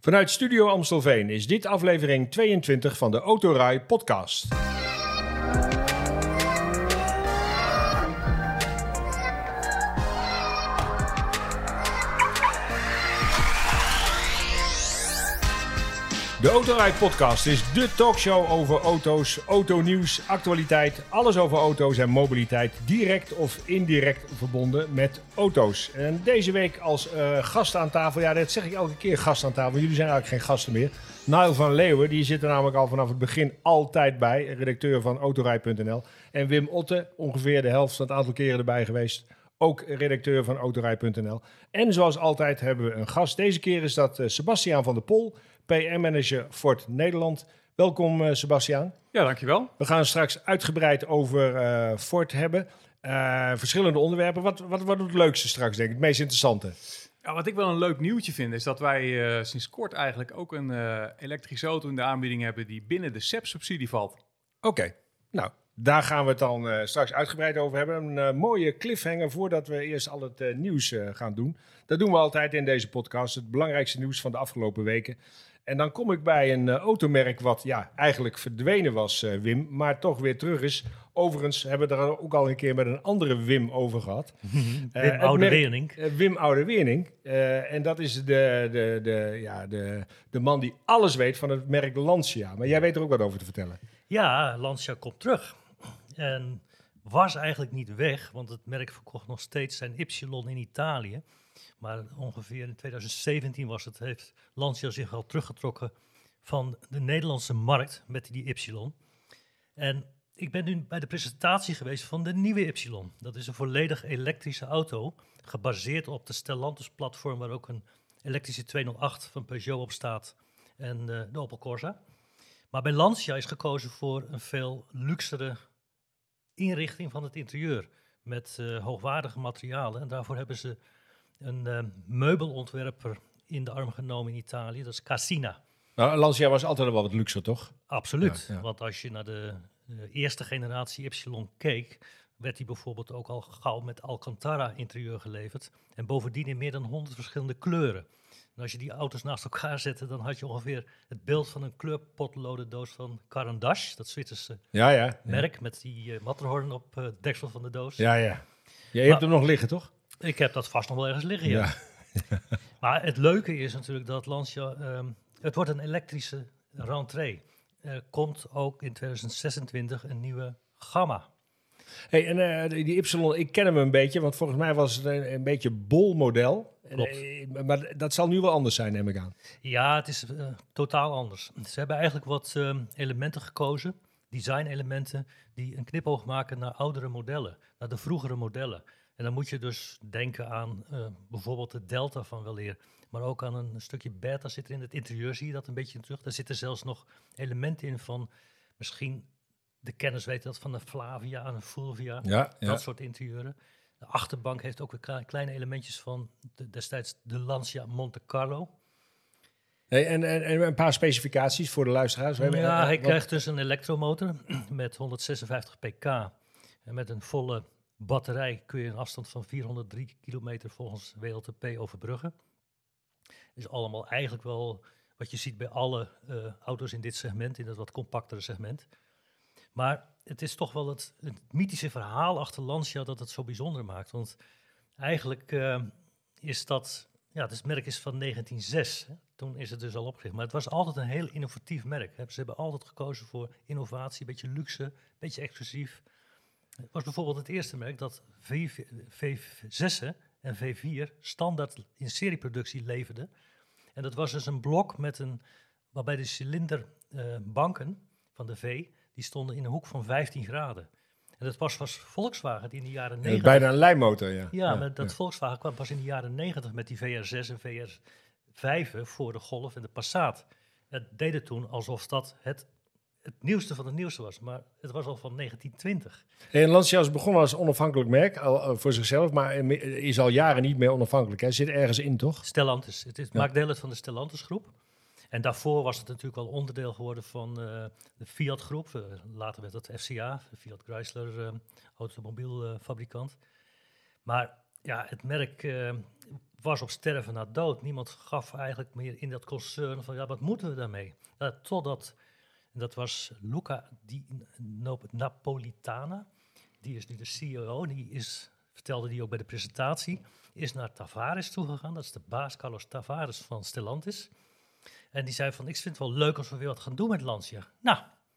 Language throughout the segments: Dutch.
Vanuit Studio Amstelveen is dit aflevering 22 van de Autorij podcast. De Autorij podcast is dé talkshow over auto's, autonieuws, actualiteit, alles over auto's en mobiliteit, direct of indirect verbonden met auto's. En deze week als gast aan tafel, ja dat zeg ik elke keer gast aan tafel, jullie zijn eigenlijk geen gasten meer. Niall van Leeuwen, die zit er namelijk al vanaf het begin altijd bij, redacteur van Autorij.nl. En Wim Otte, ongeveer de helft van het aantal keren erbij geweest, ook redacteur van Autorij.nl. En zoals altijd hebben we een gast. Deze keer is dat Sebastiaan van der Pol, PR-manager Ford Nederland. Welkom Sebastiaan. Ja, dankjewel. We gaan straks uitgebreid over Ford hebben. Verschillende onderwerpen. Wat wordt het leukste straks, denk ik? Het meest interessante? Ja, wat ik wel een leuk nieuwtje vind, is dat wij sinds kort eigenlijk ook een elektrische auto in de aanbieding hebben die binnen de SEP-subsidie valt. Oké, nou, daar gaan we het dan straks uitgebreid over hebben. Een mooie cliffhanger voordat we eerst al het nieuws gaan doen. Dat doen we altijd in deze podcast. Het belangrijkste nieuws van de afgelopen weken. En dan kom ik bij een automerk wat eigenlijk verdwenen was, Wim, maar toch weer terug is. Overigens hebben we er ook al een keer met een andere Wim over gehad. Wim Oude-Wernink. Wim Oude-Wernink. En dat is de man die alles weet van het merk Lancia. Maar jij weet er ook wat over te vertellen. Ja, Lancia komt terug. En was eigenlijk niet weg, want het merk verkocht nog steeds zijn Y in Italië. Maar ongeveer in 2017 heeft Lancia zich al teruggetrokken van de Nederlandse markt met die Y. En ik ben nu bij de presentatie geweest van de nieuwe Y. Dat is een volledig elektrische auto, gebaseerd op de Stellantis-platform, waar ook een elektrische 208 van Peugeot op staat en de Opel Corsa. Maar bij Lancia is gekozen voor een veel luxere inrichting van het interieur, met hoogwaardige materialen. En daarvoor hebben ze een meubelontwerper in de arm genomen in Italië, dat is Cassina. Nou, Lancia was altijd wel wat luxer, toch? Absoluut, Ja. Want als je naar de eerste generatie Y keek, werd die bijvoorbeeld ook al gauw met Alcantara interieur geleverd. En bovendien in meer dan 100 verschillende kleuren. En als je die auto's naast elkaar zette, dan had je ongeveer het beeld van een kleurpotlodendoos van Caran d'Ache, dat Zwitserse merk, met die Matterhorn op het deksel van de doos. Ja. Je hebt hem nog liggen, toch? Ik heb dat vast nog wel ergens liggen, ja. Maar het leuke is natuurlijk dat Lancia, het wordt een elektrische rentree. Er komt ook in 2026 een nieuwe Gamma. Hey, en die Y, ik ken hem een beetje, want volgens mij was het een beetje bol model. Klopt. Maar dat zal nu wel anders zijn, neem ik aan. Ja, het is totaal anders. Ze hebben eigenlijk wat elementen gekozen, design-elementen, die een knipoog maken naar oudere modellen, naar de vroegere modellen. En dan moet je dus denken aan bijvoorbeeld de Delta van weleer, maar ook aan een stukje Beta zit er in het interieur, zie je dat een beetje terug. Daar zitten zelfs nog elementen in van, misschien de kenners weten dat, van een Flavia en een Fulvia, dat soort interieuren. De achterbank heeft ook weer kleine elementjes van destijds de Lancia Monte Carlo. Hey, en een paar specificaties voor de luisteraars. Hij krijgt dus een elektromotor met 156 pk en met een volle batterij kun je een afstand van 403 kilometer volgens WLTP overbruggen. Is allemaal eigenlijk wel wat je ziet bij alle auto's in dit segment, in dat wat compactere segment. Maar het is toch wel het mythische verhaal achter Lancia dat het zo bijzonder maakt. Want eigenlijk is dat, het merk is van 1906. Hè? Toen is het dus al opgericht. Maar het was altijd een heel innovatief merk. Hè? Ze hebben altijd gekozen voor innovatie, een beetje luxe, een beetje exclusief. Het was bijvoorbeeld het eerste merk dat V6 en V4 standaard in serieproductie leverde. En dat was dus een blok waarbij de cilinderbanken van de V, die stonden in een hoek van 15 graden. En dat was Volkswagen die in de jaren 90... Bijna een lijmmotor, ja. Ja, maar dat Volkswagen kwam pas in de jaren 90 met die VR6 en VR5 voor de Golf en de Passat. Het deden toen alsof dat het nieuwste van het nieuwste was, maar het was al van 1920. En Lancia is begonnen als onafhankelijk merk voor zichzelf, maar is al jaren niet meer onafhankelijk. Hè? Zit ergens in, toch? Stellantis. Het maakt deel uit van de Stellantis groep. En daarvoor was het natuurlijk al onderdeel geworden van de Fiat groep. Later werd dat FCA, de Fiat Chrysler automobielfabrikant. Maar ja, het merk was op sterven na dood. Niemand gaf eigenlijk meer in dat concern van, ja, wat moeten we daarmee? Totdat, en dat was Luca Di Napolitana, die is nu de CEO, vertelde die ook bij de presentatie, is naar Tavares toegegaan. Dat is de baas, Carlos Tavares van Stellantis. En die zei van, ik vind het wel leuk als we weer wat gaan doen met Lancia. Nou,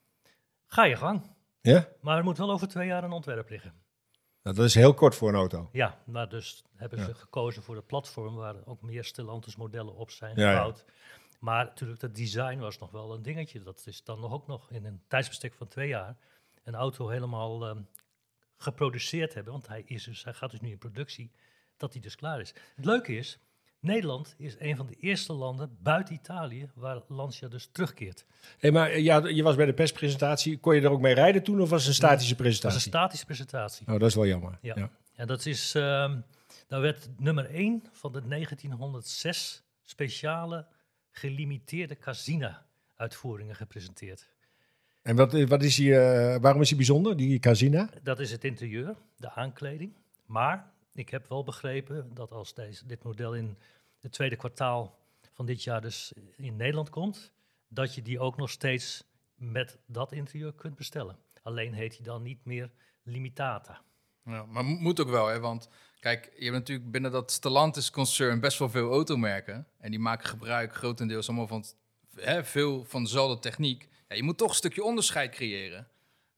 ga je gang. Ja? Maar er moet wel over 2 jaar een ontwerp liggen. Nou, dat is heel kort voor een auto. Ja, nou dus hebben ze gekozen voor het platform waar ook meer Stellantis modellen op zijn Ja, gebouwd. Maar natuurlijk, het design was nog wel een dingetje. Dat is dan ook nog in een tijdsbestek van 2 jaar een auto helemaal geproduceerd hebben. Want hij gaat dus nu in productie, dat hij dus klaar is. Het leuke is, Nederland is een van de eerste landen buiten Italië waar Lancia dus terugkeert. Hey, maar je was bij de perspresentatie. Kon je er ook mee rijden toen of was het een statische Dat presentatie? is een statische presentatie. Oh, dat is wel jammer. Ja. En dat is, nou werd nummer 1 van de 1906 speciale gelimiteerde Casina-uitvoeringen gepresenteerd. En wat is waarom is hij bijzonder, die Casina? Dat is het interieur, de aankleding. Maar ik heb wel begrepen dat als dit model in het tweede kwartaal van dit jaar dus in Nederland komt, dat je die ook nog steeds met dat interieur kunt bestellen. Alleen heet hij dan niet meer Limitata. Ja, maar moet ook wel, hè? Want kijk, je hebt natuurlijk binnen dat Stellantis-concern best wel veel automerken. En die maken gebruik grotendeels allemaal van veel van dezelfde techniek. Ja, je moet toch een stukje onderscheid creëren.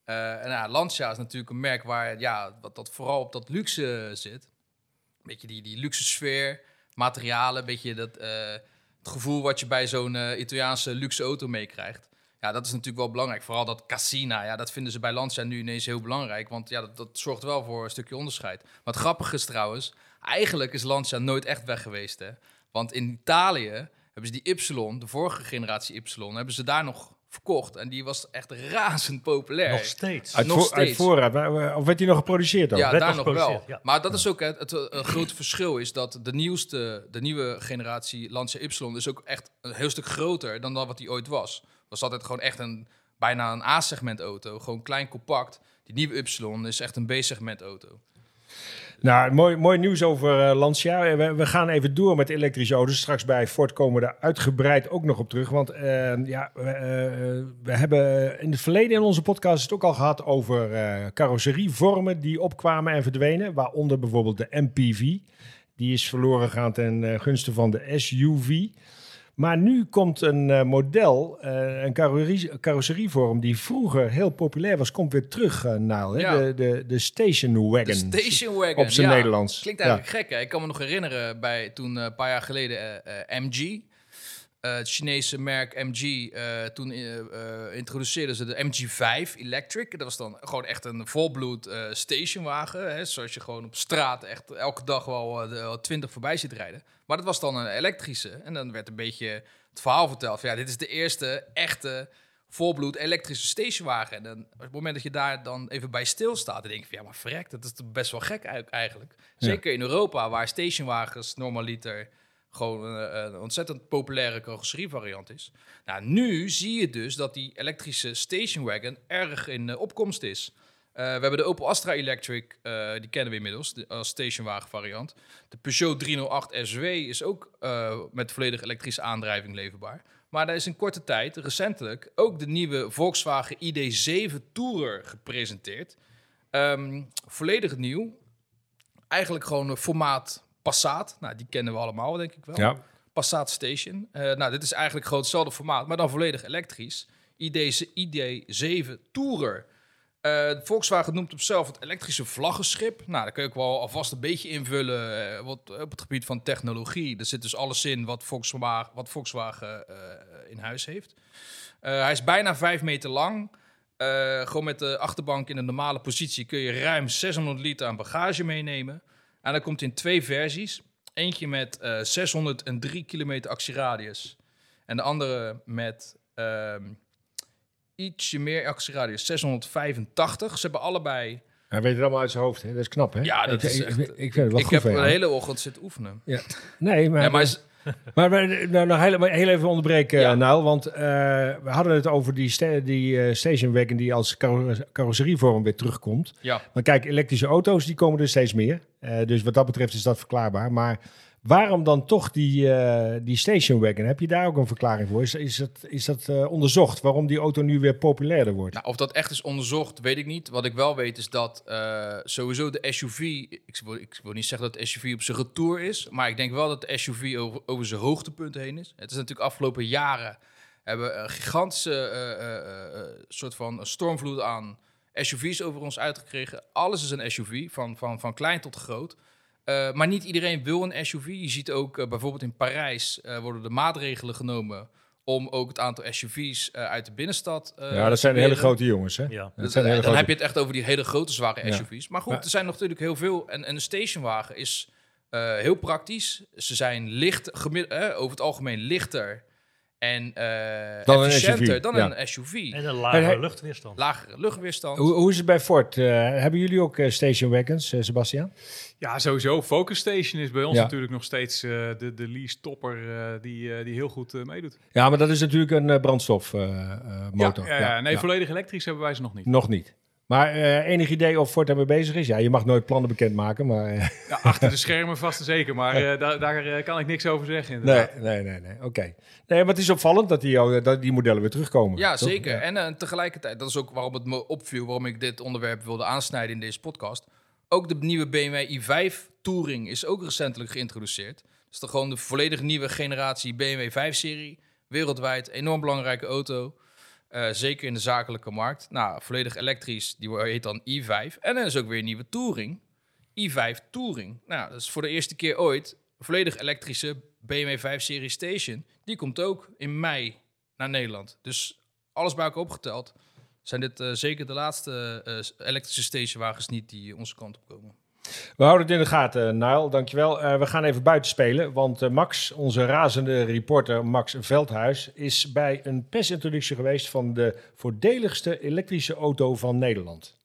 En Lancia is natuurlijk een merk waar wat dat vooral op dat luxe zit. Een beetje die luxe sfeer, materialen, een beetje het gevoel wat je bij zo'n Italiaanse luxe auto meekrijgt. Ja, dat is natuurlijk wel belangrijk. Vooral dat Casina, dat vinden ze bij Lancia nu ineens heel belangrijk. Want dat zorgt wel voor een stukje onderscheid. Maar het grappige is trouwens, eigenlijk is Lancia nooit echt weg geweest. Hè? Want in Italië hebben ze die Y, de vorige generatie Y, hebben ze daar nog verkocht. En die was echt razend populair. Nog steeds. Uit voorraad. Of werd die nog geproduceerd ook? Ja, werd daar nog nog wel. geproduceerd, ja. Maar dat is ook het grote verschil is dat de nieuwe generatie Lancia Y is ook echt een heel stuk groter dan wat die ooit was. Was altijd gewoon echt bijna een A-segment auto. Gewoon klein, compact. Die nieuwe Y is echt een B-segment auto. Nou, mooi nieuws over Lancia. We gaan even door met elektrische auto's. Straks bij Ford komen we daar uitgebreid ook nog op terug. Want we hebben in het verleden in onze podcast het ook al gehad over carrosserievormen die opkwamen en verdwenen. Waaronder bijvoorbeeld de MPV. Die is verloren gegaan ten gunste van de SUV. Maar nu komt een model, een carrosserievorm die vroeger heel populair was, komt weer terug, Niall. Hè? Ja. De Station Wagon. De Station Wagon, op zijn Nederlands. Klinkt eigenlijk gek, hè? Ik kan me nog herinneren bij toen een paar jaar geleden MG. Het Chinese merk MG, toen introduceerden ze de MG5 Electric. Dat was dan gewoon echt een volbloed stationwagen. Hè, zoals je gewoon op straat echt elke dag wel 20 voorbij ziet rijden. Maar dat was dan een elektrische. En dan werd een beetje het verhaal verteld van dit is de eerste echte volbloed elektrische stationwagen. En dan, op het moment dat je daar dan even bij stilstaat, dan denk je van maar verrek, dat is best wel gek eigenlijk. Zeker in Europa, waar stationwagens normaliter gewoon een ontzettend populaire carrosserievariant is. Nou, nu zie je dus dat die elektrische station wagon erg in opkomst is. We hebben de Opel Astra Electric, die kennen we inmiddels, als stationwagen variant. De Peugeot 308 SW is ook met volledig elektrische aandrijving leverbaar. Maar daar is in korte tijd, recentelijk, ook de nieuwe Volkswagen ID7 Tourer gepresenteerd. Volledig nieuw. Eigenlijk gewoon een formaat Passat. Nou, die kennen we allemaal, denk ik wel. Ja. Passat Station. Dit is eigenlijk gewoon hetzelfde formaat, maar dan volledig elektrisch. ID7 Tourer. Volkswagen noemt op zelf het elektrische vlaggenschip. Nou, daar kun je ook wel alvast een beetje invullen op het gebied van technologie. Er zit dus alles in wat Volkswagen in huis heeft. Hij is bijna 5 meter lang. Gewoon met de achterbank in een normale positie kun je ruim 600 liter aan bagage meenemen. En dan komt in 2 versies. Eentje met 603 kilometer actieradius. En de andere met ietsje meer actieradius, 685. Ze hebben allebei... Hij weet het allemaal uit zijn hoofd, hè? Dat is knap, hè? Ja, dat is echt... Ik vind het wel ik goed heb van een jou. hele ochtend zitten oefenen. Ja. Nee, maar... Ja, maar Maar heel even onderbreken, Ja. Niall, want we hadden het over die station wagon die als carrosserievorm weer terugkomt. ja. Maar kijk, elektrische auto's die komen er steeds meer. Dus wat dat betreft is dat verklaarbaar. Maar Waarom dan toch die station wagon? Heb je daar ook een verklaring voor? Is dat onderzocht? Waarom die auto nu weer populairder wordt? Nou, of dat echt is onderzocht, weet ik niet. Wat ik wel weet is dat sowieso de SUV... Ik wil niet zeggen dat de SUV op zijn retour is, maar ik denk wel dat de SUV over zijn hoogtepunt heen is. Het is natuurlijk afgelopen jaren hebben een gigantische soort van stormvloed aan SUV's over ons uitgekregen. Alles is een SUV, van klein tot groot. Maar niet iedereen wil een SUV. Je ziet ook bijvoorbeeld in Parijs worden de maatregelen genomen om ook het aantal SUV's uit de binnenstad dat zijn de hele grote jongens, hè? Ja. Dan heb je het echt over die hele grote, zware SUV's. Maar goed, er zijn natuurlijk heel veel. En een stationwagen is heel praktisch. Ze zijn over het algemeen lichter en Dan efficiënter een SUV, dan een SUV. En een lagere luchtweerstand. Lagere luchtweerstand. Hoe is het bij Ford? Hebben jullie ook station wagons, Sebastian? Ja, sowieso. Focus Station is bij ons Ja. natuurlijk nog steeds de lease topper die heel goed meedoet. Ja, maar dat is natuurlijk een brandstofmotor. Nee, volledig elektrisch hebben wij ze nog niet. Nog niet. Maar enig idee of Ford ermee bezig is? Ja, je mag nooit plannen bekendmaken, maar... Ja, achter de schermen vast en zeker, maar daar kan ik niks over zeggen inderdaad. Nee. Oké. Nee, maar het is opvallend dat die modellen weer terugkomen. Ja, toch? zeker. Ja. En tegelijkertijd, dat is ook waarom het me opviel, waarom ik dit onderwerp wilde aansnijden in deze podcast. Ook de nieuwe BMW i5 Touring is ook recentelijk geïntroduceerd. Dat is toch gewoon de volledig nieuwe generatie BMW 5-serie. Wereldwijd, enorm belangrijke auto. Zeker in de zakelijke markt. Nou, volledig elektrisch, die heet dan i5. En dan is ook weer een nieuwe Touring. i5 Touring. Nou, dat is voor de eerste keer ooit een volledig elektrische BMW 5-serie Station. Die komt ook in mei naar Nederland. Dus alles bij elkaar opgeteld zijn dit zeker de laatste elektrische stationwagens niet die onze kant op komen. We houden het in de gaten, Nile. Dankjewel. We gaan even buiten spelen, want Max, onze razende reporter Max Veldhuis, is bij een persintroductie geweest van de voordeligste elektrische auto van Nederland.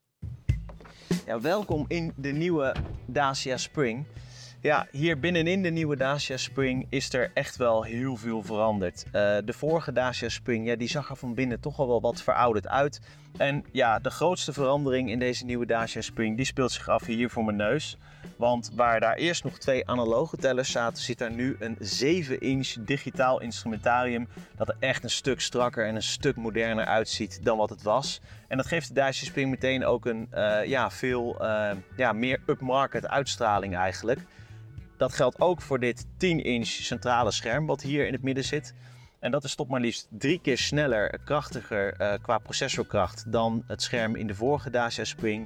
Ja, welkom in de nieuwe Dacia Spring. Ja, hier binnenin de nieuwe Dacia Spring is er echt wel heel veel veranderd. De vorige Dacia Spring, ja, die zag er van binnen toch al wel wat verouderd uit. En ja, de grootste verandering in deze nieuwe Dacia Spring, die speelt zich af hier voor mijn neus. Want waar daar eerst nog 2 analoge tellers zaten, zit daar nu een 7-inch digitaal instrumentarium dat er echt een stuk strakker en een stuk moderner uitziet dan wat het was. En dat geeft de Dacia Spring meteen ook een veel meer upmarket uitstraling eigenlijk. Dat geldt ook voor dit 10-inch centrale scherm wat hier in het midden zit. En dat is tot maar liefst 3 keer sneller, krachtiger qua processorkracht dan het scherm in de vorige Dacia Spring.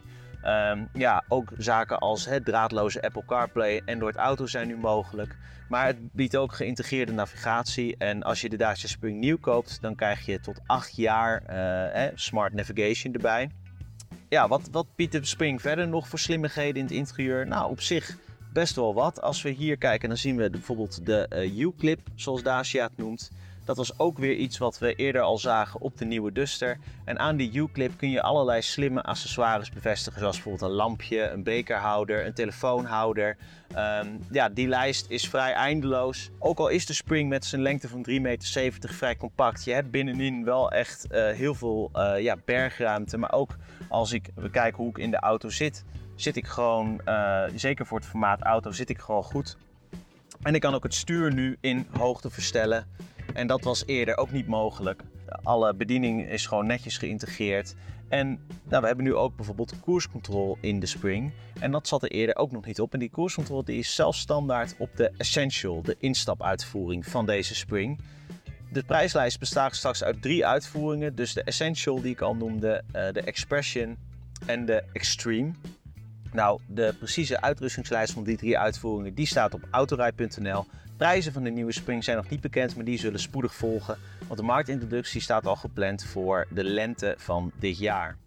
Ook zaken als draadloze Apple CarPlay, Android Auto zijn nu mogelijk. Maar het biedt ook geïntegreerde navigatie. En als je de Dacia Spring nieuw koopt, dan krijg je tot 8 jaar Smart Navigation erbij. Ja, wat biedt de Spring verder nog voor slimmigheden in het interieur? Nou, op zich best wel wat. Als we hier kijken, dan zien we bijvoorbeeld de U-clip, zoals Dacia het noemt. Dat was ook weer iets wat we eerder al zagen op de nieuwe Duster. En aan die U-clip kun je allerlei slimme accessoires bevestigen, zoals bijvoorbeeld een lampje, een bekerhouder, een telefoonhouder. Die lijst is vrij eindeloos. Ook al is de Spring met zijn lengte van 3,70 meter vrij compact, je hebt binnenin wel echt heel veel bergruimte. Maar ook als we kijken hoe ik in de auto zit ik gewoon, zeker voor het formaat auto, zit ik gewoon goed. En ik kan ook het stuur nu in hoogte verstellen. En dat was eerder ook niet mogelijk. Alle bediening is gewoon netjes geïntegreerd. En we hebben nu ook bijvoorbeeld cruise control in de Spring. En dat zat er eerder ook nog niet op. En die cruise control die is zelfs standaard op de Essential, de instapuitvoering van deze Spring. De prijslijst bestaat straks uit 3 uitvoeringen. Dus de Essential die ik al noemde, de Expression en de Extreme. Nou, de precieze uitrustingslijst van die 3 uitvoeringen die staat op autorij.nl. Prijzen van de nieuwe Spring zijn nog niet bekend, maar die zullen spoedig volgen. Want de marktintroductie staat al gepland voor de lente van dit jaar.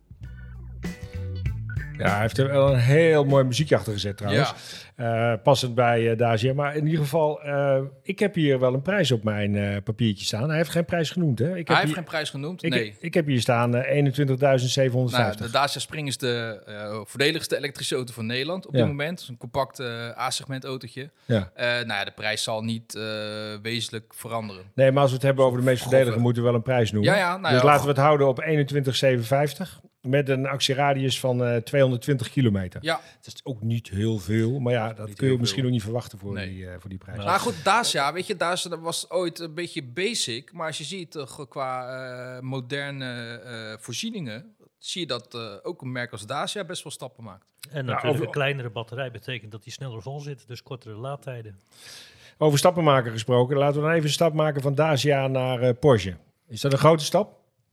Ja, hij heeft er wel een heel mooi muziekje achter gezet trouwens. Passend bij Dacia. Maar in ieder geval, ik heb hier wel een prijs op mijn papiertje staan. Hij heeft geen prijs genoemd, hè? Hij heeft geen prijs genoemd, nee. Ik heb hier staan 21.750. De Dacia Spring is de voordeligste elektrische auto van Nederland op dit moment. Een compact A-segment autootje. Ja. De prijs zal niet wezenlijk veranderen. Nee, maar als we het hebben over de meest voordelige, moeten we wel een prijs noemen. Dus laten we het houden op 21.750. met een actieradius van 220 kilometer. Ja. Het is ook niet heel veel, maar ja, dat Niet kun je heel misschien veel. ook niet verwachten voor, Nee. voor die prijs. Nou, Maar goed, Dacia, weet je, Dacia dat was ooit een beetje basic. Maar als je ziet qua moderne voorzieningen, zie je dat ook een merk als Dacia best wel stappen maakt. En natuurlijk een kleinere batterij betekent dat die sneller vol zit, dus kortere laadtijden. Over stappen maken gesproken, laten we dan even een stap maken van Dacia naar Porsche. Is dat een grote stap?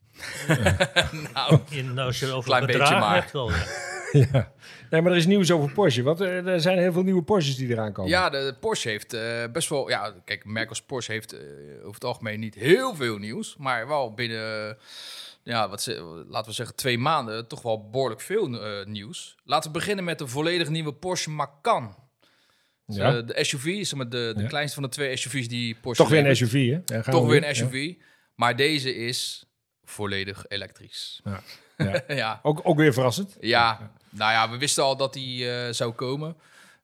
Nou, Als je over Klein beetje bedragen maar. hebt wel, ja. Ja. Nee, maar er is nieuws over Porsche. Want er zijn heel veel nieuwe Porsches die eraan komen. ja, de Porsche heeft best wel... Ja, kijk, een merk als Porsche heeft over het algemeen niet heel veel nieuws. Maar wel binnen, laten we zeggen 2 maanden, toch wel behoorlijk veel nieuws. Laten we beginnen met de volledig nieuwe Porsche Macan. Dus, Ja. de SUV, zeg maar de Ja. kleinste van de 2 SUV's die Porsche Toch weer een levert. SUV, hè? Ja, gaan Toch we weer een Ja. SUV. Maar deze is volledig elektrisch. Ja. Ja. Ja. Ook weer verrassend. Ja, nou ja, we wisten al dat hij zou komen.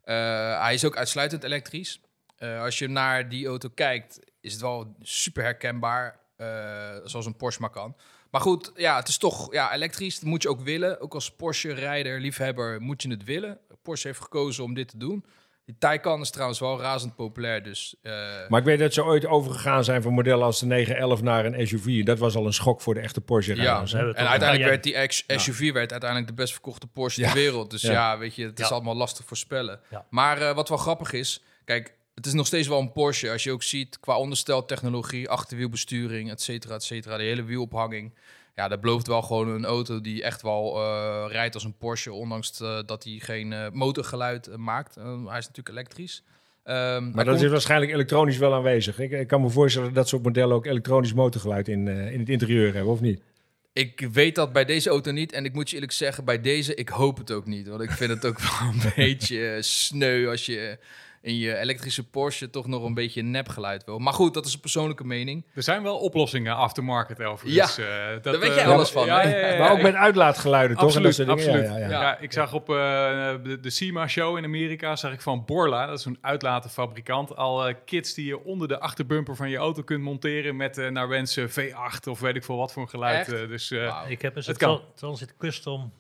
Hij is ook uitsluitend elektrisch. Als je naar die auto kijkt, is het wel super herkenbaar, zoals een Porsche Macan. Maar goed, ja, het is toch elektrisch. Dat moet je ook willen. Ook als Porsche-rijder, liefhebber, moet je het willen. Porsche heeft gekozen om dit te doen. Die Taycan is trouwens wel razend populair, dus... Maar ik weet dat ze ooit overgegaan zijn van modellen als de 911 naar een SUV. Dat was al een schok voor de echte Porsche-rijders. we hebben het En toch- uiteindelijk Ja, werd die SUV werd uiteindelijk de best verkochte Porsche Ja. ter wereld. Dus Ja. ja, weet je, het is Ja. allemaal lastig voorspellen. Ja. Maar wat wel grappig is, kijk, het is nog steeds wel een Porsche. Als je ook ziet qua ondersteltechnologie, achterwielbesturing, et cetera, de hele wielophanging. Ja, dat belooft wel gewoon een auto die echt wel rijdt als een Porsche, ondanks dat hij geen motorgeluid maakt. Hij is natuurlijk elektrisch. Maar dat is waarschijnlijk elektronisch wel aanwezig. Ik kan me voorstellen dat soort modellen ook elektronisch motorgeluid in het interieur hebben, of niet? Ik weet dat bij deze auto niet. En ik moet je eerlijk zeggen, bij deze, ik hoop het ook niet. Want ik vind het ook wel een beetje sneu als je in je elektrische Porsche toch nog een beetje nepgeluid wil. Maar goed, dat is een persoonlijke mening. Er zijn wel oplossingen aftermarket overigens. Ja, dat, daar weet jij alles van, hè? Maar ook met uitlaatgeluiden, toch? En dat Absoluut, soort dingen. absoluut. Ja. Ja, ik zag op de SEMA-show in Amerika, zag ik van Borla, dat is een uitlatenfabrikant, al kits die je onder de achterbumper van je auto kunt monteren met naar wens V8 of weet ik veel wat voor een geluid. Echt? Dus Wauw. Ik heb eens Het een kan. Transit Custom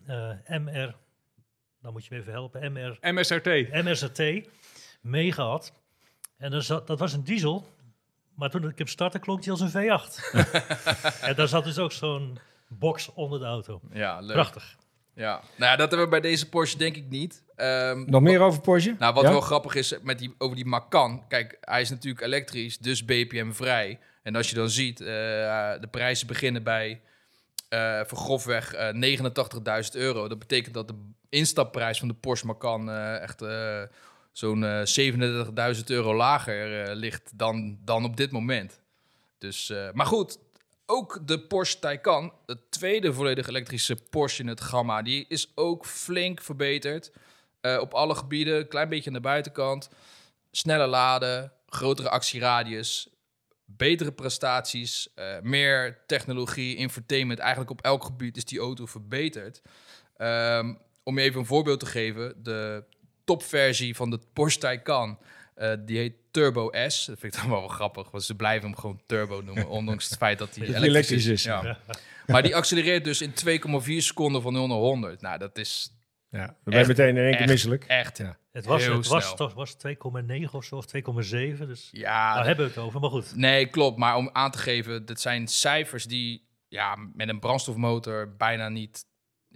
MR, dan moet je me even helpen, MSRT. MSRT mee gehad. En dat was een diesel, maar toen ik hem startte klonk hij als een V8. En daar zat dus ook zo'n box onder de auto. Ja, leuk. Prachtig. Ja. Nou ja, dat hebben we bij deze Porsche denk ik niet. Nog meer over Porsche? Nou, wat Ja? wel grappig is over die Macan. Kijk, hij is natuurlijk elektrisch, dus BPM-vrij. En als je dan ziet, de prijzen beginnen bij voor grofweg €89.000. Dat betekent dat de instapprijs van de Porsche Macan echt zo'n €37.000 lager ligt dan op dit moment. Dus, maar goed, ook de Porsche Taycan, de tweede volledig elektrische Porsche in het gamma, die is ook flink verbeterd. Op alle gebieden, een klein beetje aan de buitenkant. Sneller laden, grotere actieradius, betere prestaties, meer technologie, infotainment. Eigenlijk op elk gebied is die auto verbeterd. Om je even een voorbeeld te geven, de topversie van de Porsche Taycan, die heet Turbo S. Dat vind ik dan wel grappig, want ze blijven hem gewoon Turbo noemen, ondanks het feit dat hij elektrisch is. Ja. Maar die accelereert dus in 2,4 seconden van 0 naar 100. Nou, dat is Ja, dan ben je meteen in één keer echt, misselijk. echt. Ja. Het was Heel snel. 2,9 of zo, of 2,7. Dus Ja, daar hebben we het over, maar goed. nee, klopt. Maar om aan te geven, dit zijn cijfers die met een brandstofmotor bijna niet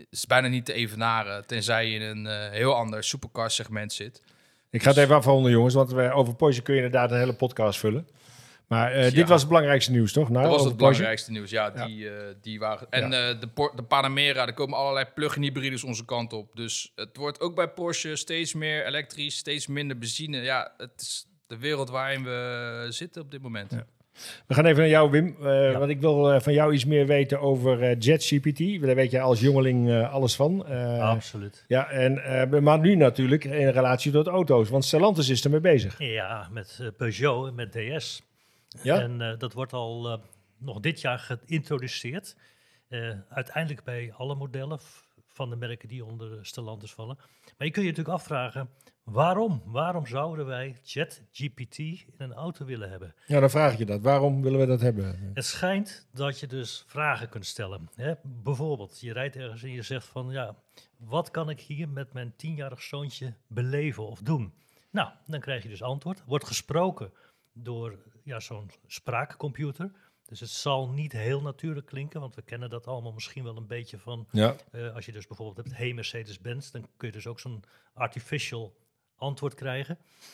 te evenaren. Tenzij je in een heel ander supercar segment zit. Ik ga het even afronden, jongens, want over Porsche kun je inderdaad een hele podcast vullen. Maar dit was het belangrijkste nieuws, toch? Nou, Dat was over het Porsche. belangrijkste nieuws. Ja, die waren. En de Panamera, er komen allerlei plug-in hybrides onze kant op. Dus het wordt ook bij Porsche steeds meer elektrisch, steeds minder benzine. Ja, het is de wereld waarin we zitten op dit moment. Ja. We gaan even naar jou, Wim. Want ik wil van jou iets meer weten over JetGPT. Daar weet jij als jongeling alles van. Absoluut. Ja, maar nu natuurlijk in relatie tot auto's. Want Stellantis is ermee bezig. Ja, met Peugeot en met DS. Ja? En dat wordt al nog dit jaar geïntroduceerd. Uiteindelijk bij alle modellen van de merken die onder Stellantis vallen. Maar je kunt je natuurlijk afvragen, waarom? Waarom zouden wij ChatGPT in een auto willen hebben? Ja, dan vraag je dat. Waarom willen we dat hebben? Het schijnt dat je dus vragen kunt stellen. Hè? Bijvoorbeeld, je rijdt ergens en je zegt van, ja, wat kan ik hier met mijn 10-jarig zoontje beleven of doen? Nou, dan krijg je dus antwoord. Wordt gesproken door zo'n spraakcomputer. Dus het zal niet heel natuurlijk klinken, want we kennen dat allemaal misschien wel een beetje van... Ja. Als je dus bijvoorbeeld hebt, hey Mercedes-Benz, dan kun je dus ook zo'n artificial antwoord krijgen.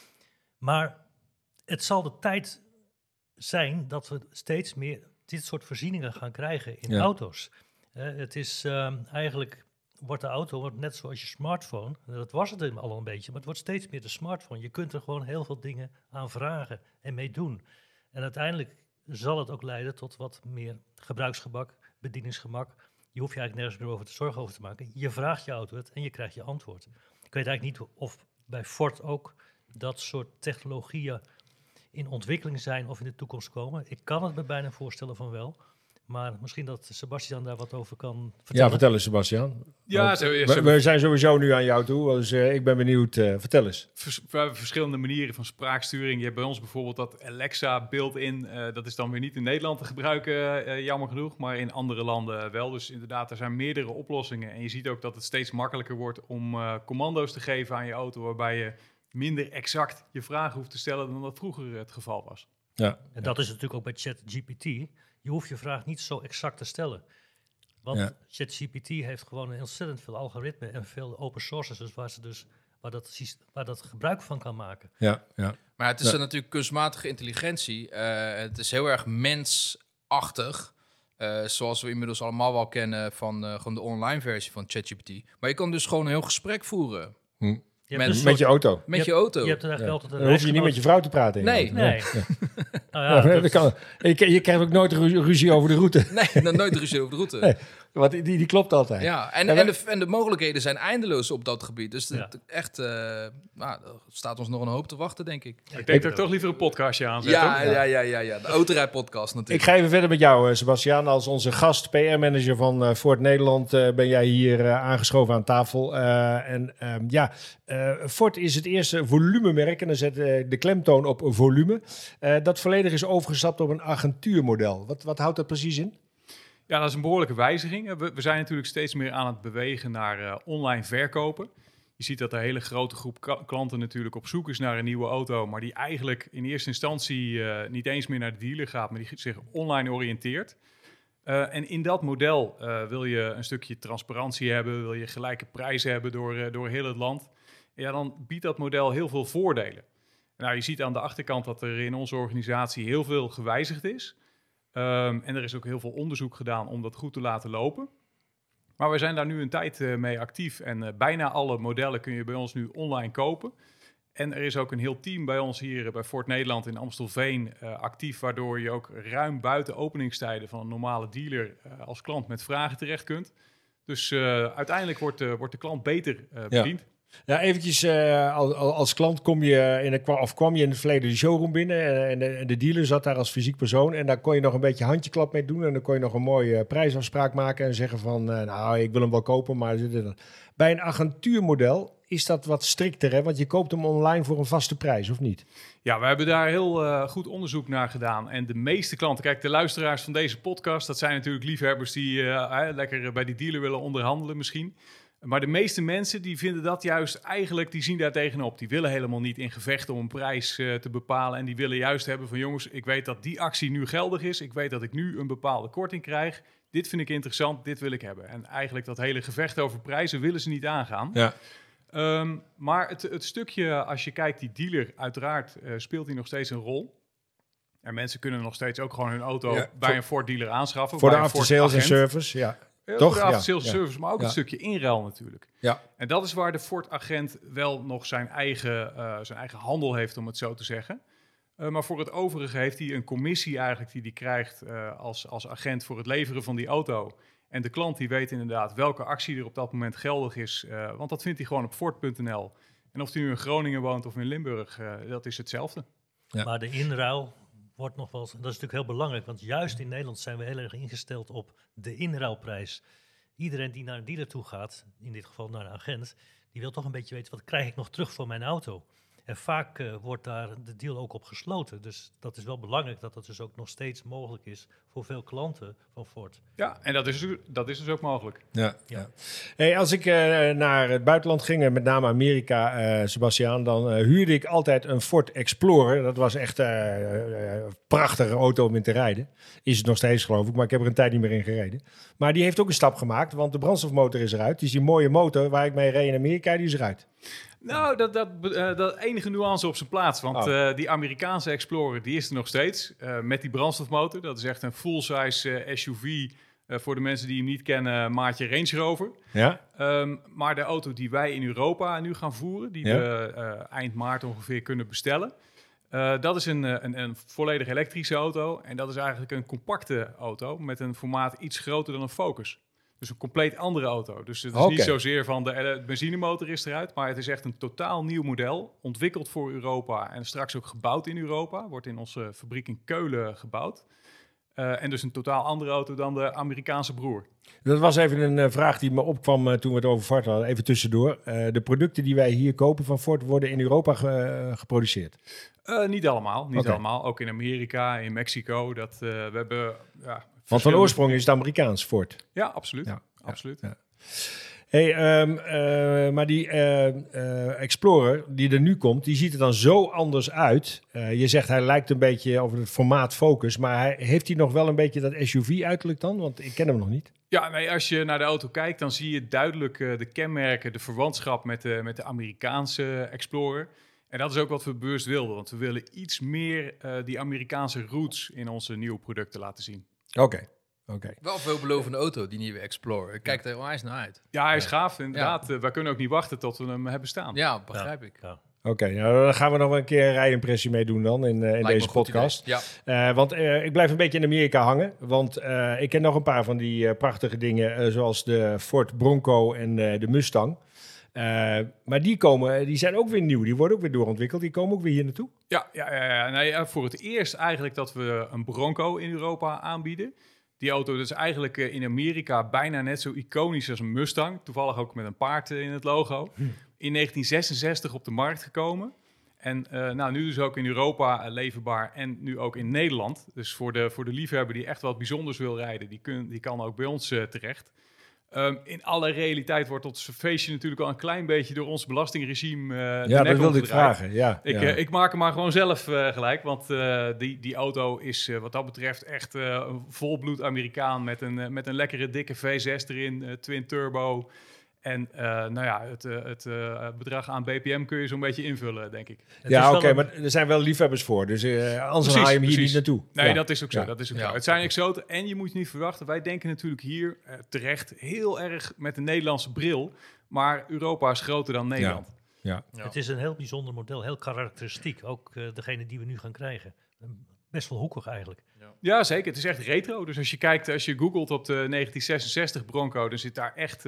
Maar het zal de tijd zijn dat we steeds meer dit soort voorzieningen gaan krijgen in auto's. Het is eigenlijk... wordt de auto net zoals je smartphone. Dat was het al een beetje, maar het wordt steeds meer de smartphone. Je kunt er gewoon heel veel dingen aan vragen en mee doen. En uiteindelijk zal het ook leiden tot wat meer gebruiksgemak, bedieningsgemak. Je hoeft je eigenlijk nergens meer over te zorgen over te maken. Je vraagt je auto het en je krijgt je antwoord. Ik weet eigenlijk niet of bij Ford ook dat soort technologieën in ontwikkeling zijn of in de toekomst komen. Ik kan het me bijna voorstellen van wel. Maar misschien dat Sebastian daar wat over kan vertellen. Ja, vertel eens, Sebastian. Ja, we zijn sowieso nu aan jou toe, dus ik ben benieuwd. Vertel eens. We hebben verschillende manieren van spraaksturing. Je hebt bij ons bijvoorbeeld dat Alexa built-in. Dat is dan weer niet in Nederland te gebruiken, jammer genoeg, maar in andere landen wel. Dus inderdaad, er zijn meerdere oplossingen. En je ziet ook dat het steeds makkelijker wordt om commando's te geven aan je auto, waarbij je minder exact je vragen hoeft te stellen dan dat vroeger het geval was. Ja. En dat is natuurlijk ook bij ChatGPT. Je hoeft je vraag niet zo exact te stellen. Want ChatGPT heeft gewoon ontzettend veel algoritmen en veel open sources, dus waar dat gebruik van kan maken. Ja. Maar het is natuurlijk kunstmatige intelligentie. Het is heel erg mensachtig. Zoals we inmiddels allemaal wel kennen van gewoon de online versie van ChatGPT. Maar je kan dus gewoon een heel gesprek voeren. Met je auto. Met je auto. Je hebt er eigenlijk altijd Dan hoef je niet met je vrouw te praten. Nee. Nou Dat kan. Je krijgt ook nooit ruzie over de route. Nee, nooit ruzie over de route. Nee, want die klopt altijd. Ja, en de mogelijkheden zijn eindeloos op dat gebied. Dus echt, er staat ons nog een hoop te wachten, denk ik. Ik denk dat ik toch liever een podcastje aanzet. Ja. De autorijdpodcast natuurlijk. Ik ga even verder met jou, Sebastian. Als onze gast, PR-manager van Ford Nederland, ben jij hier aangeschoven aan tafel. Ford is het eerste volumemerk, en dan zet de klemtoon op volume, dat volledig is overgestapt op een agentuurmodel. Wat houdt dat precies in? Ja, dat is een behoorlijke wijziging. We zijn natuurlijk steeds meer aan het bewegen naar online verkopen. Je ziet dat een hele grote groep klanten natuurlijk op zoek is naar een nieuwe auto, maar die eigenlijk in eerste instantie niet eens meer naar de dealer gaat, maar die zich online oriënteert. En in dat model wil je een stukje transparantie hebben, wil je gelijke prijzen hebben door heel het land. Ja, dan biedt dat model heel veel voordelen. Nou, je ziet aan de achterkant dat er in onze organisatie heel veel gewijzigd is. En er is ook heel veel onderzoek gedaan om dat goed te laten lopen. Maar we zijn daar nu een tijd mee actief en bijna alle modellen kun je bij ons nu online kopen. En er is ook een heel team bij ons hier bij Ford Nederland in Amstelveen actief, waardoor je ook ruim buiten openingstijden van een normale dealer als klant met vragen terecht kunt. Dus uiteindelijk wordt de klant beter bediend. Ja, eventjes als klant kwam je in het verleden de showroom binnen en de dealer zat daar als fysiek persoon en daar kon je nog een beetje handjeklap mee doen en dan kon je nog een mooie prijsafspraak maken en zeggen van ik wil hem wel kopen, maar bij een agentuurmodel is dat wat strikter, hè? Want je koopt hem online voor een vaste prijs, of niet? Ja, we hebben daar heel goed onderzoek naar gedaan. En de meeste klanten, kijk, de luisteraars van deze podcast, dat zijn natuurlijk liefhebbers die lekker bij die dealer willen onderhandelen misschien. Maar de meeste mensen die vinden dat juist eigenlijk, die zien daar tegenop. Die willen helemaal niet in gevecht om een prijs te bepalen. En die willen juist hebben van jongens, ik weet dat die actie nu geldig is. Ik weet dat ik nu een bepaalde korting krijg. Dit vind ik interessant, dit wil ik hebben. En eigenlijk dat hele gevecht over prijzen willen ze niet aangaan. Ja. Maar het stukje, als je kijkt, die dealer, uiteraard speelt die nog steeds een rol. En mensen kunnen nog steeds ook gewoon hun auto bij een Ford dealer aanschaffen. Voor de after-sales en service, ja. Toch? Voor de after-sales service, maar ook een stukje inruil natuurlijk. Ja. En dat is waar de Ford-agent wel nog zijn eigen handel heeft, om het zo te zeggen. Maar voor het overige heeft hij een commissie eigenlijk die hij krijgt als agent voor het leveren van die auto. En de klant die weet inderdaad welke actie er op dat moment geldig is. Want dat vindt hij gewoon op Ford.nl. En of hij nu in Groningen woont of in Limburg, dat is hetzelfde. Ja. Maar de inruil wordt nog wel, dat is natuurlijk heel belangrijk. Want juist in Nederland zijn we heel erg ingesteld op de inruilprijs. iedereen die naar een dealer toe gaat, in dit geval naar een agent, die wil toch een beetje weten, wat krijg ik nog terug voor mijn auto? En vaak wordt daar de deal ook op gesloten. Dus dat is wel belangrijk dat dat dus ook nog steeds mogelijk is voor veel klanten van Ford. Ja, en dat is dus ook mogelijk. Ja. Hey, als ik naar het buitenland ging, met name Amerika, Sebastiaan, dan huurde ik altijd een Ford Explorer. Dat was echt een prachtige auto om in te rijden. Is het nog steeds, geloof ik, maar ik heb er een tijd niet meer in gereden. Maar die heeft ook een stap gemaakt, want de brandstofmotor is eruit. Dus die mooie motor waar ik mee reed in Amerika, die is eruit. Nou, dat enige nuance op zijn plaats. Want die Amerikaanse Explorer, die is er nog steeds. Met die brandstofmotor. Dat is echt een full-size SUV. Voor de mensen die hem niet kennen, maatje Range Rover. Ja? Maar de auto die wij in Europa nu gaan voeren, die we eind maart ongeveer kunnen bestellen. Dat is een volledig elektrische auto. En dat is eigenlijk een compacte auto met een formaat iets groter dan een Focus. Dus een compleet andere auto. Dus het is niet zozeer van de benzinemotor is eruit, maar het is echt een totaal nieuw model. Ontwikkeld voor Europa en straks ook gebouwd in Europa. Wordt in onze fabriek in Keulen gebouwd. En dus een totaal andere auto dan de Amerikaanse broer. Dat was even een vraag die me opkwam toen we het over Ford hadden. Even tussendoor. De producten die wij hier kopen van Ford worden in Europa geproduceerd? Niet allemaal. Niet allemaal. Ook in Amerika, in Mexico. We hebben... Want van oorsprong is het Amerikaans Ford. Ja, absoluut. Absoluut. Ja. Hey, maar die Explorer die er nu komt, die ziet er dan zo anders uit. Je zegt hij lijkt een beetje over het formaat Focus, maar heeft hij nog wel een beetje dat SUV-uiterlijk dan? Want ik ken hem nog niet. Ja, nee, als je naar de auto kijkt, dan zie je duidelijk de kenmerken, de verwantschap met de Amerikaanse Explorer. En dat is ook wat we bewust wilden, want we willen iets meer die Amerikaanse roots in onze nieuwe producten laten zien. Oké. Wel een veelbelovende auto, die nieuwe Explorer. Kijk er onwijs naar uit. Ja, hij is gaaf, inderdaad. Wij kunnen ook niet wachten tot we hem hebben staan. Ja, begrijp ik. Ja. Oké, nou, dan gaan we nog wel een keer een rijimpressie mee doen dan in deze podcast. Ja. Want ik blijf een beetje in Amerika hangen. Want ik ken nog een paar van die prachtige dingen, zoals de Ford Bronco en de Mustang. Maar die zijn ook weer nieuw. Die worden ook weer doorontwikkeld. Die komen ook weer hier naartoe. Ja. Nee, voor het eerst eigenlijk dat we een Bronco in Europa aanbieden. Die auto is eigenlijk in Amerika bijna net zo iconisch als een Mustang. Toevallig ook met een paard in het logo. In 1966 op de markt gekomen. En nu dus ook in Europa leverbaar en nu ook in Nederland. Dus voor de liefhebber die echt wat bijzonders wil rijden, die kan ook bij ons terecht. In alle realiteit wordt ons feestje natuurlijk al een klein beetje door ons belastingregime ja, dat wilde ik vragen. Ja, ik maak hem maar gewoon zelf gelijk, want die auto is wat dat betreft echt een volbloed Amerikaan met een lekkere dikke V6 erin, twin turbo. En het bedrag aan BPM kun je zo'n beetje invullen, denk ik. Ja, oké, maar er zijn wel liefhebbers voor. Dus anders haal je hem hier niet naartoe. Nee, dat is ook zo. Ja. Dat is ook zo. Het zijn exoten en je moet niet verwachten. Wij denken natuurlijk hier terecht heel erg met de Nederlandse bril. Maar Europa is groter dan Nederland. Ja. Het is een heel bijzonder model, heel karakteristiek. Ook degene die we nu gaan krijgen. Best wel hoekig eigenlijk. Ja, zeker. Het is echt retro. Dus als je googelt op de 1966 Bronco, dan zit daar echt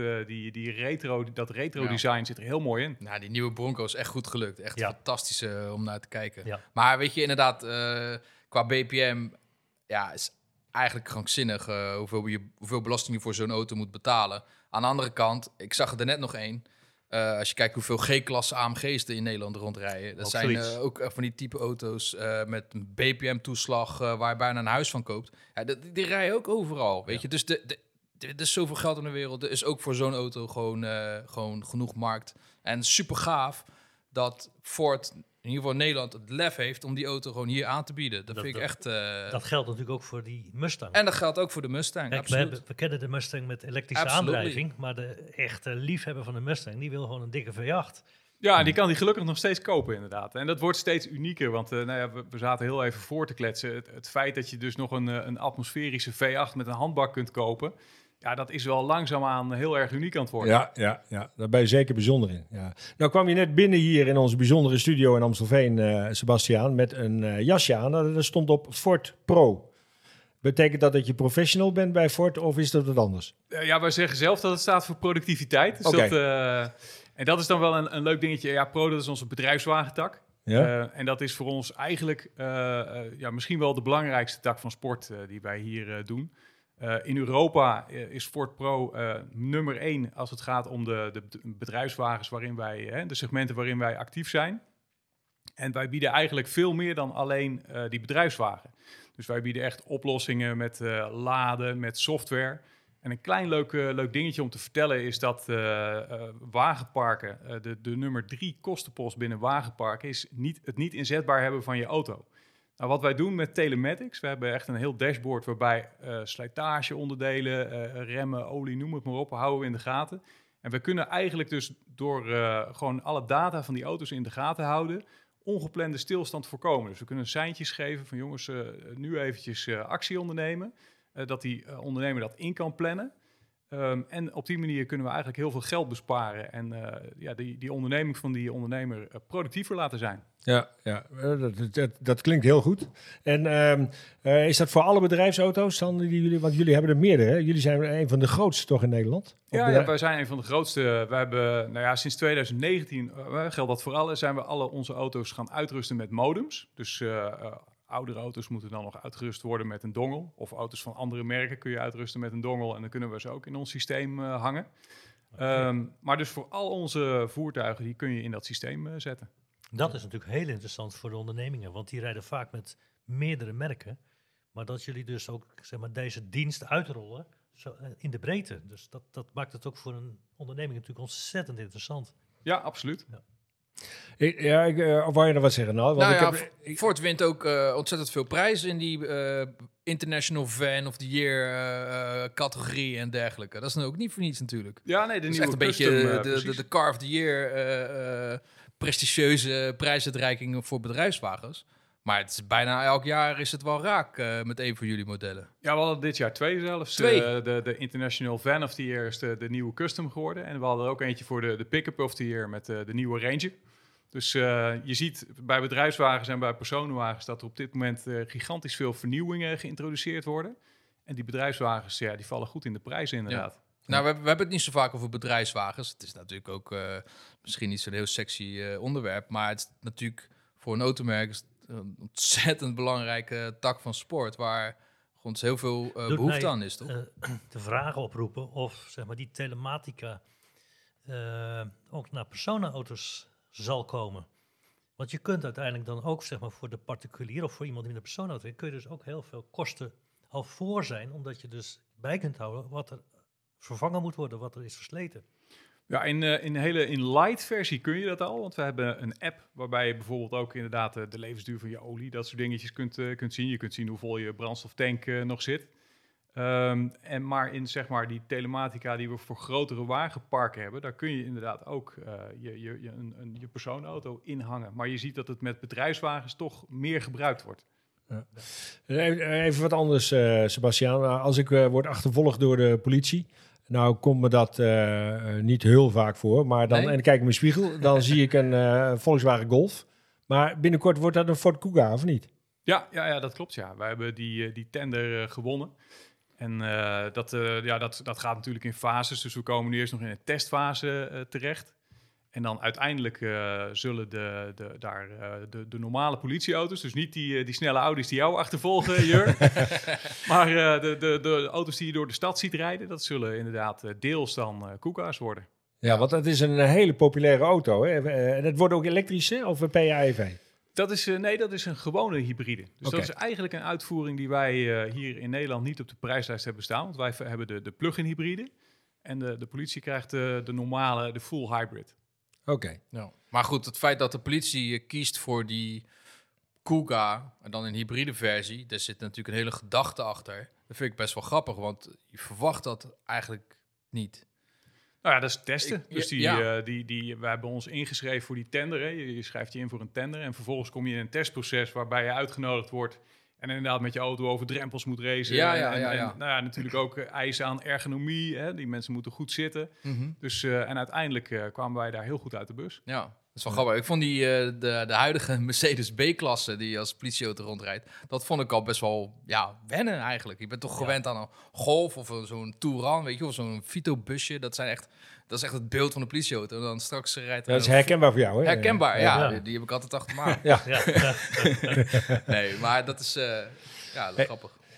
dat retro design zit er heel mooi in. Nou, die nieuwe Bronco is echt goed gelukt. Echt fantastisch om naar te kijken. Ja. Maar weet je, inderdaad, qua BPM, is eigenlijk krankzinnig hoeveel belasting je voor zo'n auto moet betalen. Aan de andere kant, ik zag er net nog één. Als je kijkt hoeveel G-klasse AMG's er in Nederland rondrijden. Dat zijn ook van die type auto's met een BPM-toeslag waar je bijna een huis van koopt. Ja, die rijden ook overal, weet je. Dus er is zoveel geld in de wereld. Er is ook voor zo'n auto gewoon genoeg markt. En super gaaf dat Ford, in ieder geval Nederland, het lef heeft om die auto gewoon hier aan te bieden. Dat vind ik echt... dat geldt natuurlijk ook voor die Mustang. En dat geldt ook voor de Mustang, Kijk, absoluut. we kennen de Mustang met elektrische aandrijving, maar de echte liefhebber van de Mustang, die wil gewoon een dikke V8. Ja, die kan die gelukkig nog steeds kopen, inderdaad. En dat wordt steeds unieker, want we zaten heel even voor te kletsen. Het feit dat je dus nog een atmosferische V8 met een handbak kunt kopen, ja, dat is wel langzaamaan heel erg uniek aan het worden. Ja, daar ben je zeker bijzonder in. Ja. Nou kwam je net binnen hier in onze bijzondere studio in Amstelveen, Sebastiaan, met een jasje aan. Er stond op Ford Pro. Betekent dat je professional bent bij Ford of is dat wat anders? Wij zeggen zelf dat het staat voor productiviteit. Dus en dat is dan wel een leuk dingetje. Ja, Pro, dat is onze bedrijfswagentak. Ja? En dat is voor ons eigenlijk misschien wel de belangrijkste tak van sport die wij hier doen. In Europa is Ford Pro nummer 1 als het gaat om de bedrijfswagens waarin wij, de segmenten waarin wij actief zijn. En wij bieden eigenlijk veel meer dan alleen die bedrijfswagen. Dus wij bieden echt oplossingen met laden, met software. En een klein leuk dingetje om te vertellen is dat wagenparken, de nummer 3 kostenpost binnen wagenparken, is het niet inzetbaar hebben van je auto. Nou, wat wij doen met telematics, we hebben echt een heel dashboard waarbij slijtageonderdelen, remmen, olie, noem het maar op, houden we in de gaten. En we kunnen eigenlijk dus door gewoon alle data van die auto's in de gaten houden, ongeplande stilstand voorkomen. Dus we kunnen seintjes geven van jongens, nu eventjes actie ondernemen. Dat die ondernemer dat in kan plannen. En op die manier kunnen we eigenlijk heel veel geld besparen. En die onderneming van die ondernemer productiever laten zijn. Ja, dat klinkt heel goed. En is dat voor alle bedrijfsauto's dan die jullie, want jullie hebben er meerdere, hè? Jullie zijn een van de grootste toch in Nederland? Ja, wij zijn een van de grootste. We hebben, sinds 2019 geldt dat voor alle, zijn we alle onze auto's gaan uitrusten met modems. Dus oudere auto's moeten dan nog uitgerust worden met een dongel. Of auto's van andere merken kun je uitrusten met een dongel. En dan kunnen we ze ook in ons systeem hangen. Maar dus voor al onze voertuigen, die kun je in dat systeem zetten. Dat is natuurlijk heel interessant voor de ondernemingen, want die rijden vaak met meerdere merken. Maar dat jullie dus ook zeg maar, deze dienst uitrollen in de breedte. Dus dat maakt het ook voor een onderneming natuurlijk ontzettend interessant. Ja, absoluut. Ja. Of wou je nog wat zeggen? Nou, want Ford wint ook ontzettend veel prijzen in die International Van of the Year categorie en dergelijke. Dat is nou ook niet voor niets natuurlijk. Ja, nee, dat is echt een beetje de Car of the Year prestigieuze prijsuitreiking voor bedrijfswagens. Maar het is bijna elk jaar is het wel raak met een van jullie modellen. Ja, we hadden dit jaar 2 zelfs. 2? De International Van of the Year is de nieuwe custom geworden. En we hadden er ook eentje voor de Pick-up of the Year met de nieuwe Ranger. Dus je ziet bij bedrijfswagens en bij personenwagens dat er op dit moment gigantisch veel vernieuwingen geïntroduceerd worden. En die bedrijfswagens, die vallen goed in de prijzen inderdaad. Ja. Nou, we hebben het niet zo vaak over bedrijfswagens. Het is natuurlijk ook misschien niet zo'n heel sexy onderwerp. Maar het is natuurlijk voor een automerk een ontzettend belangrijke tak van sport. Waar gewoon heel veel behoefte aan is, toch? De vragen oproepen of zeg maar, die telematica ook naar personenauto's zal komen. Want je kunt uiteindelijk dan ook zeg maar, voor de particulier of voor iemand die met een personenauto heeft, kun je dus ook heel veel kosten al voor zijn. Omdat je dus bij kunt houden wat er vervangen moet worden, wat er is versleten. Ja, in light versie kun je dat al, want we hebben een app waarbij je bijvoorbeeld ook inderdaad de levensduur van je olie, dat soort dingetjes kunt zien. Je kunt zien hoe vol je brandstoftank nog zit. Maar in zeg maar die telematica die we voor grotere wagenparken hebben, daar kun je inderdaad ook je personenauto inhangen. Maar je ziet dat het met bedrijfswagens toch meer gebruikt wordt. Ja. Even wat anders, Sebastiaan. Als ik word achtervolgd door de politie, nou komt me dat niet heel vaak voor. Maar dan, en dan kijk ik in mijn spiegel, dan zie ik een Volkswagen Golf. Maar binnenkort wordt dat een Ford Kuga, of niet? Ja, dat klopt. Ja. Wij hebben die tender gewonnen. En dat gaat natuurlijk in fases. Dus we komen nu eerst nog in een testfase terecht. En dan uiteindelijk zullen de normale politieauto's, dus niet die snelle Audi's die jou achtervolgen, Jur. Maar de auto's die je door de stad ziet rijden, dat zullen inderdaad deels dan Kuga's worden. Ja, want dat is een hele populaire auto. Hè? En het wordt ook elektrische of een PHEV? Dat is een gewone hybride. Dus dat is eigenlijk een uitvoering die wij hier in Nederland niet op de prijslijst hebben staan. Want wij hebben de plug-in hybride. En de politie krijgt de normale, de full hybrid. Oké. Ja. Maar goed, het feit dat de politie kiest voor die Kuga en dan een hybride versie, daar zit natuurlijk een hele gedachte achter. Dat vind ik best wel grappig, want je verwacht dat eigenlijk niet. Nou ja, dat is testen. Wij hebben ons ingeschreven voor die tender. Hè. Je schrijft je in voor een tender en vervolgens kom je in een testproces waarbij je uitgenodigd wordt en inderdaad met je auto over drempels moet racen. En natuurlijk ook eisen aan ergonomie. Hè. Die mensen moeten goed zitten. Mm-hmm. Dus, en uiteindelijk kwamen wij daar heel goed uit de bus. Ja, dat is wel grappig. Ik vond de huidige Mercedes B-klasse die je als politieauto rondrijdt, dat vond ik al best wel wennen eigenlijk. Je bent toch gewend aan een Golf of zo'n Touran, weet je, of zo'n Vito-busje. Dat is echt het beeld van de politieauto. En dan straks rijdt dat is herkenbaar voor jou, hè? Herkenbaar, ja. Die heb ik altijd achter me aan. Nee, maar dat is grappig.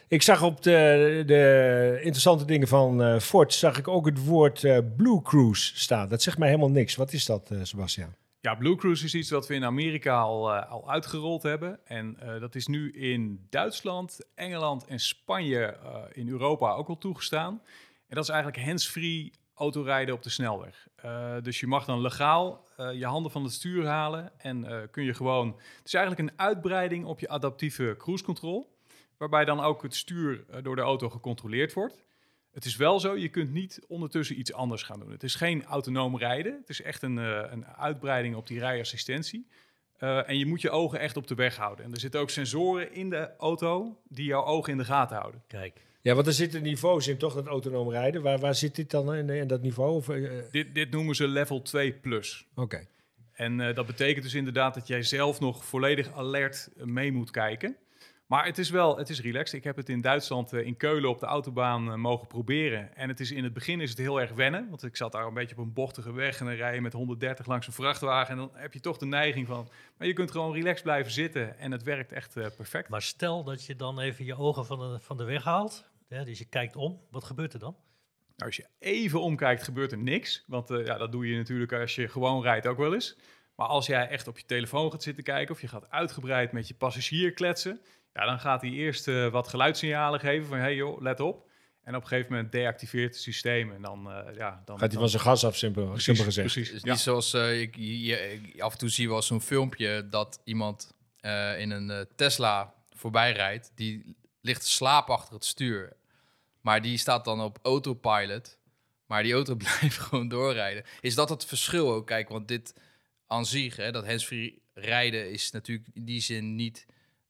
Ik zag op de interessante dingen van Ford, zag ik ook het woord Blue Cruise staan. Dat zegt mij helemaal niks. Wat is dat, Sebastian? Ja, Blue Cruise is iets wat we in Amerika al uitgerold hebben. En dat is nu in Duitsland, Engeland en Spanje in Europa ook al toegestaan. En dat is eigenlijk hands-free autorijden op de snelweg. Dus je mag dan legaal je handen van het stuur halen en kun je gewoon... Het is eigenlijk een uitbreiding op je adaptieve cruise control, waarbij dan ook het stuur door de auto gecontroleerd wordt. Het is wel zo, je kunt niet ondertussen iets anders gaan doen. Het is geen autonoom rijden. Het is echt een uitbreiding op die rijassistentie. En je moet je ogen echt op de weg houden. En er zitten ook sensoren in de auto die jouw ogen in de gaten houden. Kijk. Ja, want er zitten niveaus in, toch, dat autonoom rijden. Waar zit dit dan in dat niveau? Of, Dit noemen ze level 2+. Oké. En dat betekent dus inderdaad dat jij zelf nog volledig alert mee moet kijken. Maar het is relaxed. Ik heb het in Duitsland, in Keulen op de autobaan mogen proberen. En in het begin is het heel erg wennen. Want ik zat daar een beetje op een bochtige weg en dan rij je met 130 langs een vrachtwagen. En dan heb je toch de neiging van... Maar je kunt gewoon relaxed blijven zitten en het werkt echt perfect. Maar stel dat je dan even je ogen van de weg haalt. Ja, dus je kijkt om. Wat gebeurt er dan? Nou, als je even omkijkt, gebeurt er niks. Want dat doe je natuurlijk als je gewoon rijdt ook wel eens. Maar als jij echt op je telefoon gaat zitten kijken... of je gaat uitgebreid met je passagier kletsen... Ja, dan gaat hij eerst wat geluidssignalen geven van... hey joh, let op. En op een gegeven moment deactiveert het systeem. En dan gaat hij van zijn gas af, simpel gezegd. Precies. Het is niet zoals af en toe zie je wel zo'n filmpje... dat iemand in een Tesla voorbij rijdt. Die ligt te slapen achter het stuur. Maar die staat dan op autopilot. Maar die auto blijft gewoon doorrijden. Is dat het verschil ook? Kijk, want dit aan zich, dat handsfree rijden... is natuurlijk in die zin niet...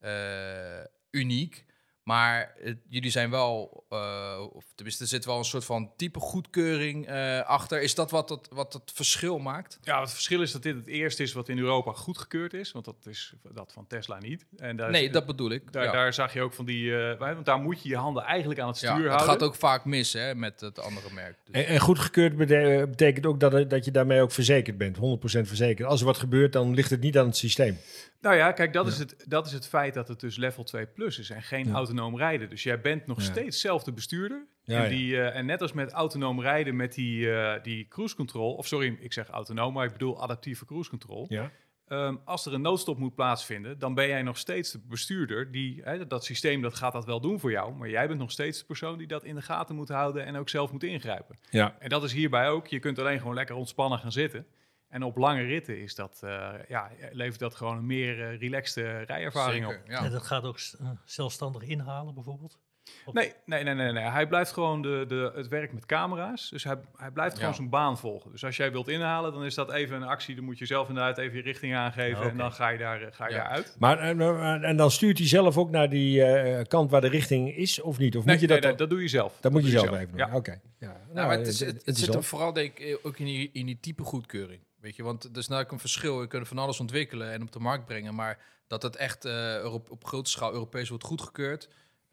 uniek, maar jullie zijn wel, of tenminste er zit wel een soort van type goedkeuring achter. Is dat wat het verschil maakt? Ja, het verschil is dat dit het eerste is wat in Europa goedgekeurd is, want dat is dat van Tesla niet. En Dat bedoel ik. Daar zag je ook van die, want daar moet je je handen eigenlijk aan het stuur houden. Het gaat ook vaak mis met het andere merk. Dus. En goedgekeurd betekent ook dat je daarmee ook verzekerd bent, 100% verzekerd. Als er wat gebeurt, dan ligt het niet aan het systeem. Nou ja, kijk, dat is het feit dat het dus level 2+ is en geen autonoom rijden. Dus jij bent nog steeds zelf de bestuurder. En net als met autonoom rijden met die cruise control... Of sorry, ik zeg autonoom, maar ik bedoel adaptieve cruise control. Ja. Als er een noodstop moet plaatsvinden, dan ben jij nog steeds de bestuurder. Dat systeem dat gaat dat wel doen voor jou. Maar jij bent nog steeds de persoon die dat in de gaten moet houden... en ook zelf moet ingrijpen. Ja. En dat is hierbij ook. Je kunt alleen gewoon lekker ontspannen gaan zitten... En op lange ritten is dat, levert dat gewoon een meer relaxte rijervaring op. Ja. En dat gaat ook zelfstandig inhalen bijvoorbeeld? Nee. Hij blijft gewoon het werk met camera's. Dus hij blijft gewoon zijn baan volgen. Dus als jij wilt inhalen, dan is dat even een actie. Dan moet je zelf inderdaad even je richting aangeven. En dan ga je daar uit. Maar en dan stuurt hij zelf ook naar die kant waar de richting is, of niet? Of moet je dat doe je zelf. Dat moet je zelf even doen. Ja. Oké. Ja. Maar het zit er vooral denk ik ook in die type goedkeuring. Weet je, want er is namelijk een verschil. We kunnen van alles ontwikkelen en op de markt brengen. Maar dat het echt op grote schaal Europees wordt goedgekeurd...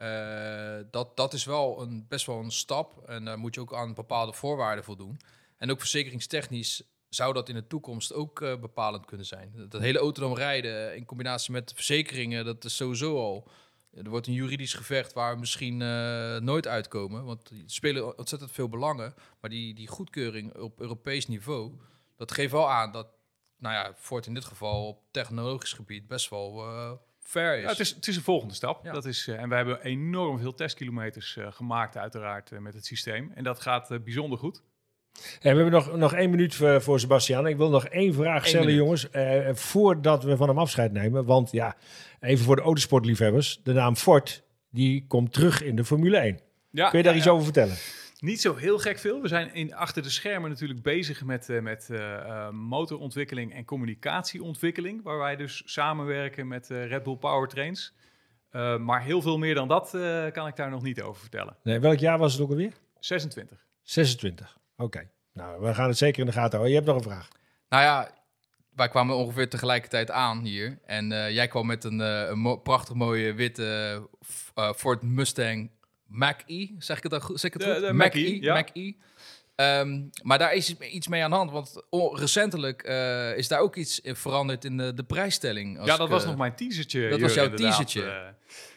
Dat is wel best wel een stap. En daar moet je ook aan bepaalde voorwaarden voldoen. En ook verzekeringstechnisch zou dat in de toekomst ook bepalend kunnen zijn. Dat hele autonoom rijden in combinatie met verzekeringen, dat is sowieso al... Er wordt een juridisch gevecht waar we misschien nooit uitkomen. Want er spelen ontzettend veel belangen. Maar die goedkeuring op Europees niveau... Dat geeft wel aan dat, Ford in dit geval op technologisch gebied best wel fair is. Ja, het is een volgende stap. Ja. Dat is, en we hebben enorm veel testkilometers gemaakt uiteraard met het systeem. En dat gaat bijzonder goed. We hebben nog 1 minuut voor Sebastian. Ik wil nog 1 vraag stellen, jongens, voordat we van hem afscheid nemen. Want even voor de autosportliefhebbers, de naam Ford, die komt terug in de Formule 1. Ja, kun je daar iets over vertellen? Niet zo heel gek veel. We zijn achter de schermen natuurlijk bezig met motorontwikkeling en communicatieontwikkeling. Waar wij dus samenwerken met Red Bull Powertrains. Maar heel veel meer dan dat kan ik daar nog niet over vertellen. Nee, welk jaar was het ook alweer? 26. 26, oké. Nou, we gaan het zeker in de gaten houden. Je hebt nog een vraag. Nou ja, wij kwamen ongeveer tegelijkertijd aan hier. En jij kwam met een prachtig mooie witte Ford Mustang Mach-E, zeg ik het dan goed? De Mach-E, ja. Mach-E. Maar daar is iets mee aan de hand, want recentelijk is daar ook iets veranderd in de prijsstelling. Dat was nog mijn teasertje. Dat was jouw teasertje.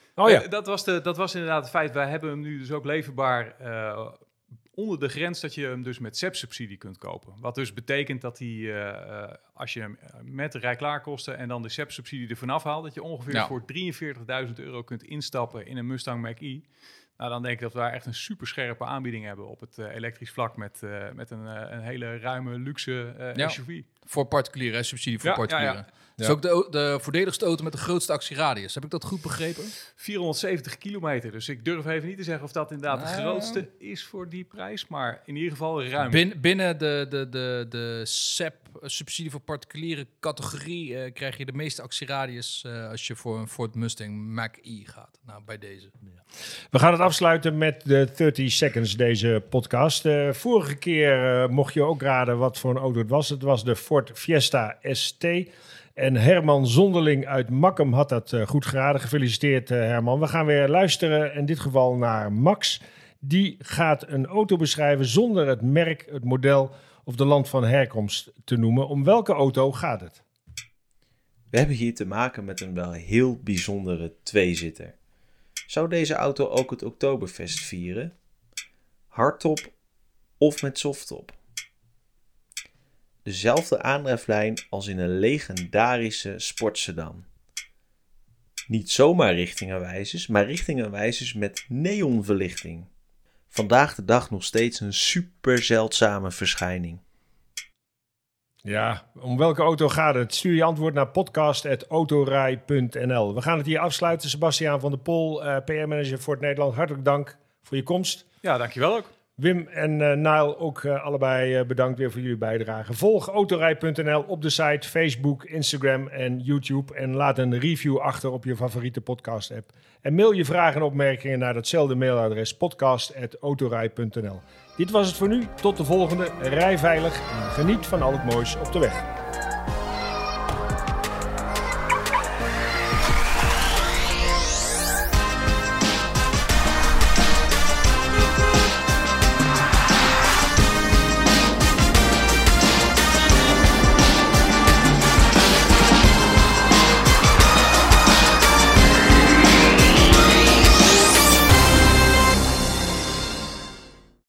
Oh ja. Dat was inderdaad het feit. Wij hebben hem nu dus ook leverbaar onder de grens dat je hem dus met SEP-subsidie kunt kopen. Wat dus betekent dat hij, als je hem met de rijklaarkosten en dan de SEP-subsidie ervan afhaalt, dat je ongeveer voor €43.000 kunt instappen in een Mustang Mach-E. Nou, dan denk ik dat we daar echt een super scherpe aanbieding hebben op het elektrisch vlak met een hele ruime, luxe SUV. Voor particulieren, subsidie voor particulieren. Ja. Het is ook de voordeligste auto met de grootste actieradius. Heb ik dat goed begrepen? 470 kilometer. Dus ik durf even niet te zeggen of dat inderdaad de grootste is voor die prijs. Maar in ieder geval ruim. Binnen de SEP-subsidie voor particuliere categorie krijg je de meeste actieradius als je voor een Ford Mustang Mach-E gaat. Nou, bij deze. Ja. We gaan het afsluiten met de 30 Seconds, deze podcast. Vorige keer mocht je ook raden wat voor een auto het was. Het was de Ford Fiesta ST. En Herman Zonderling uit Makkum had dat goed geraden. Gefeliciteerd Herman. We gaan weer luisteren, in dit geval naar Max. Die gaat een auto beschrijven zonder het merk, het model of de land van herkomst te noemen. Om welke auto gaat het? We hebben hier te maken met een wel heel bijzondere tweezitter. Zou deze auto ook het Oktoberfest vieren? Hardtop of met softtop? Dezelfde aandrijflijn als in een legendarische sportsedan. Niet zomaar richtingaanwijzers, maar richtingaanwijzers met neonverlichting. Vandaag de dag nog steeds een super zeldzame verschijning. Ja, om welke auto gaat het? Stuur je antwoord naar podcast@autorij.nl. We gaan het hier afsluiten. Sebastiaan van der Pol, PR-manager voor het Nederland. Hartelijk dank voor je komst. Ja, dankjewel ook. Wim en Nile ook allebei bedankt weer voor jullie bijdrage. Volg autorij.nl op de site, Facebook, Instagram en YouTube. En laat een review achter op je favoriete podcast app. En mail je vragen en opmerkingen naar datzelfde mailadres podcast@autorij.nl. Dit was het voor nu. Tot de volgende. Rij veilig en geniet van al het moois op de weg.